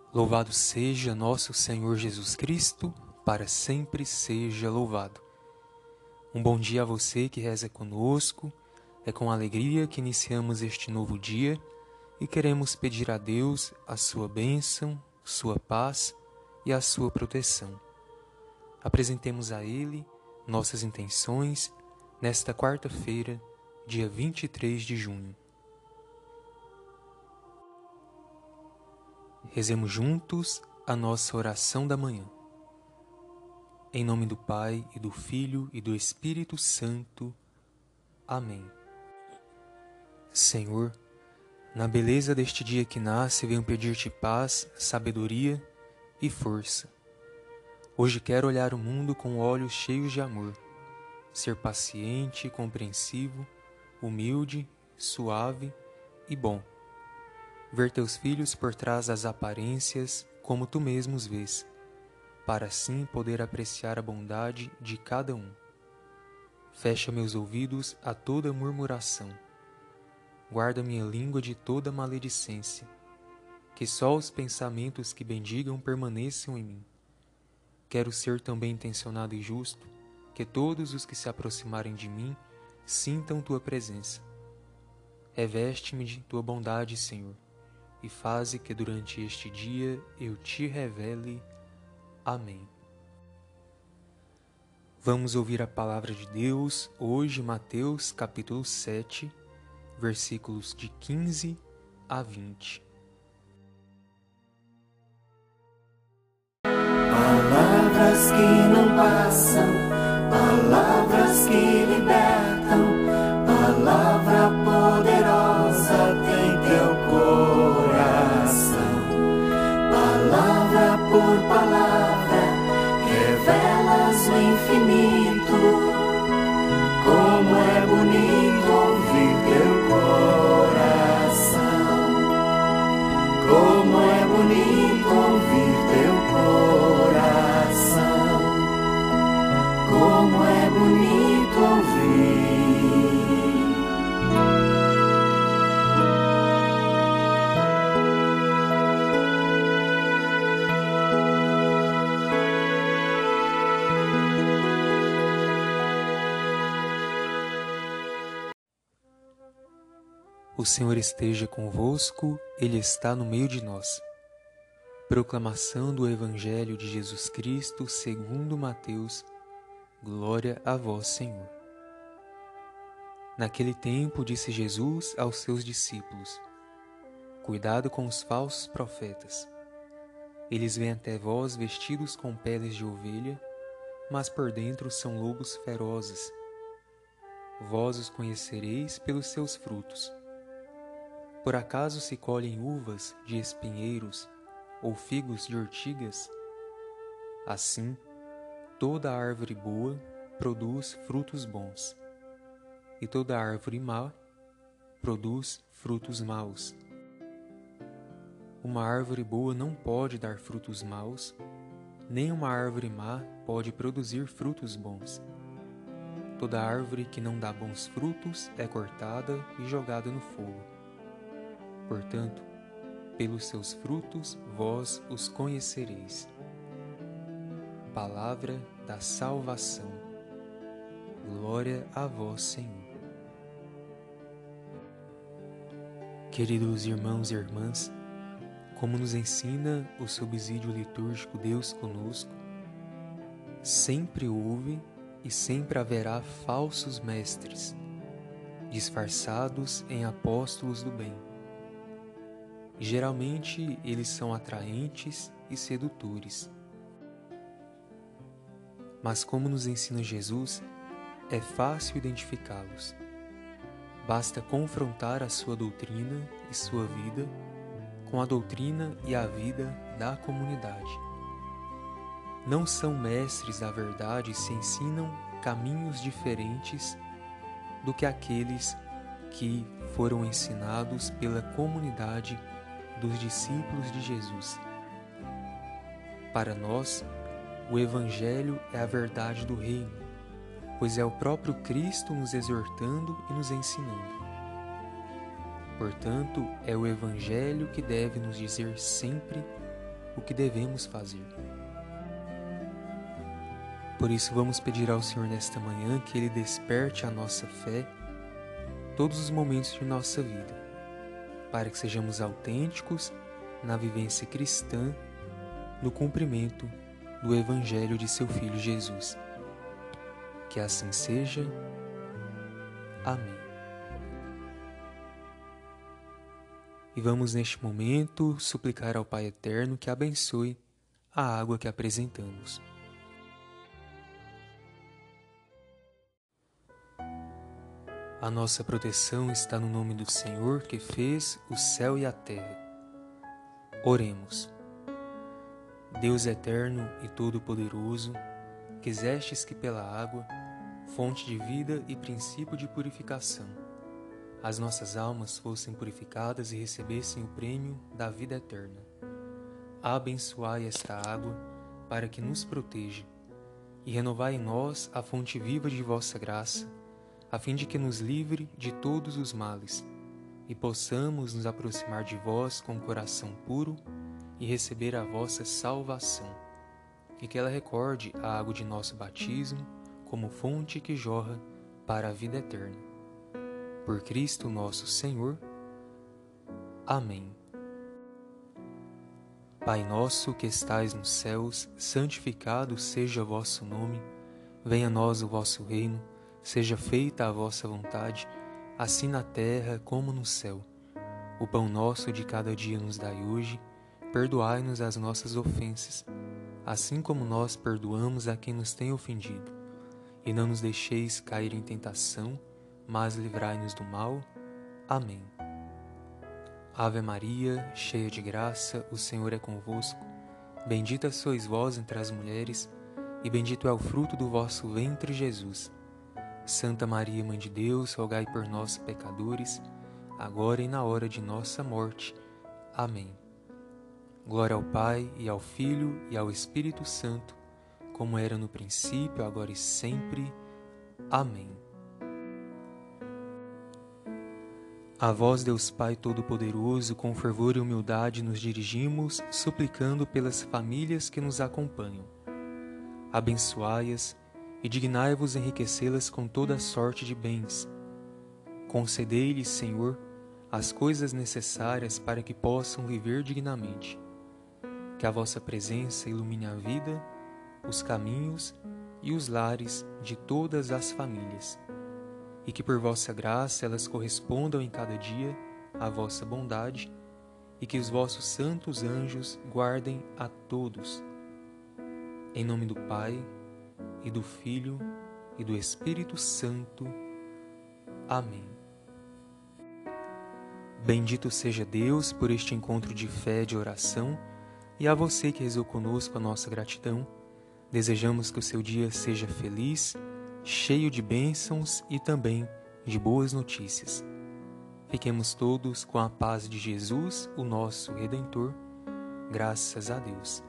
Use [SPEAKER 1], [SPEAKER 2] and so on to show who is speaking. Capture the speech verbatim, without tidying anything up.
[SPEAKER 1] Louvado seja nosso Senhor Jesus Cristo, para sempre seja louvado. Um bom dia a você que reza conosco. É com alegria que iniciamos este novo dia e queremos pedir a Deus a sua bênção, sua paz e a sua proteção. Apresentemos a Ele nossas intenções nesta quarta-feira, dia vinte e três de junho. Rezemos juntos a nossa oração da manhã. Em nome do Pai, e do Filho, e do Espírito Santo. Amém. Senhor, na beleza deste dia que nasce, venho pedir-te paz, sabedoria e força. Hoje quero olhar o mundo com olhos cheios de amor, ser paciente, compreensivo, humilde, suave e bom. Ver teus filhos por trás das aparências como tu mesmo os vês, para assim poder apreciar a bondade de cada um. Fecha meus ouvidos a toda murmuração. Guarda minha língua de toda maledicência. Que só os pensamentos que bendigam permaneçam em mim. Quero ser também intencionado e justo, que todos os que se aproximarem de mim sintam tua presença. Reveste-me de tua bondade, Senhor, e faze que durante este dia eu te revele. Amém. Vamos ouvir a palavra de Deus hoje, Mateus capítulo sete, versículos de quinze a vinte.
[SPEAKER 2] Palavras que não passam, palavras que libertam, palavra poderosa tem teu coração. Palavra por palavra, revelas o infinito. Como é bonito ouvir teu coração. Como é bonito ouvir teu coração. Como é bonito ouvir.
[SPEAKER 1] O Senhor esteja convosco, Ele está no meio de nós. Proclamação do Evangelho de Jesus Cristo segundo Mateus. Glória a vós, Senhor. Naquele tempo disse Jesus aos seus discípulos: Cuidado com os falsos profetas. Eles vêm até vós vestidos com peles de ovelha, mas por dentro são lobos ferozes. Vós os conhecereis pelos seus frutos. Por acaso se colhem uvas de espinheiros ou figos de ortigas? Assim, toda árvore boa produz frutos bons, e toda árvore má produz frutos maus. Uma árvore boa não pode dar frutos maus, nem uma árvore má pode produzir frutos bons. Toda árvore que não dá bons frutos é cortada e jogada no fogo. Portanto, pelos seus frutos vós os conhecereis. Palavra da salvação. Glória a vós, Senhor. Queridos irmãos e irmãs, como nos ensina o subsídio litúrgico Deus conosco, sempre houve e sempre haverá falsos mestres, disfarçados em apóstolos do bem. Geralmente, eles são atraentes e sedutores. Mas como nos ensina Jesus, é fácil identificá-los. Basta confrontar a sua doutrina e sua vida com a doutrina e a vida da comunidade. Não são mestres da verdade se ensinam caminhos diferentes do que aqueles que foram ensinados pela comunidade dos discípulos de Jesus. Para nós, o Evangelho é a verdade do reino, pois é o próprio Cristo nos exortando e nos ensinando. Portanto, é o Evangelho que deve nos dizer sempre o que devemos fazer. Por isso vamos pedir ao Senhor nesta manhã que Ele desperte a nossa fé todos os momentos de nossa vida, para que sejamos autênticos na vivência cristã, no cumprimento do Evangelho de seu Filho Jesus. Que assim seja. Amém. E vamos neste momento suplicar ao Pai Eterno que abençoe a água que apresentamos. A nossa proteção está no nome do Senhor que fez o céu e a terra. Oremos. Deus eterno e todo-poderoso, quisestes que pela água, fonte de vida e princípio de purificação, as nossas almas fossem purificadas e recebessem o prêmio da vida eterna. Abençoai esta água para que nos proteja, e renovai em nós a fonte viva de vossa graça, a fim de que nos livre de todos os males, e possamos nos aproximar de vós com o coração puro e receber a vossa salvação, e que ela recorde a água de nosso batismo como fonte que jorra para a vida eterna. Por Cristo nosso Senhor. Amém. Pai nosso que estais nos céus, santificado seja o vosso nome, venha a nós o vosso reino, seja feita a vossa vontade, assim na terra como no céu. O pão nosso de cada dia nos dai hoje, perdoai-nos as nossas ofensas, assim como nós perdoamos a quem nos tem ofendido. E não nos deixeis cair em tentação, mas livrai-nos do mal. Amém. Ave Maria, cheia de graça, o Senhor é convosco. Bendita sois vós entre as mulheres, e bendito é o fruto do vosso ventre, Jesus. Santa Maria, Mãe de Deus, rogai por nós, pecadores, agora e na hora de nossa morte. Amém. Glória ao Pai, e ao Filho, e ao Espírito Santo, como era no princípio, agora e sempre. Amém. A vós, Deus Pai Todo-Poderoso, com fervor e humildade nos dirigimos, suplicando pelas famílias que nos acompanham. Abençoai-as e dignai-vos enriquecê-las com toda sorte de bens. Concedei-lhes, Senhor, as coisas necessárias para que possam viver dignamente. Que a vossa presença ilumine a vida, os caminhos e os lares de todas as famílias, e que por vossa graça elas correspondam em cada dia à vossa bondade, e que os vossos santos anjos guardem a todos. Em nome do Pai, e do Filho, e do Espírito Santo. Amém. Bendito seja Deus por este encontro de fé e de oração, e a você que rezou conosco a nossa gratidão. Desejamos que o seu dia seja feliz, cheio de bênçãos e também de boas notícias. Fiquemos todos com a paz de Jesus, o nosso Redentor. Graças a Deus.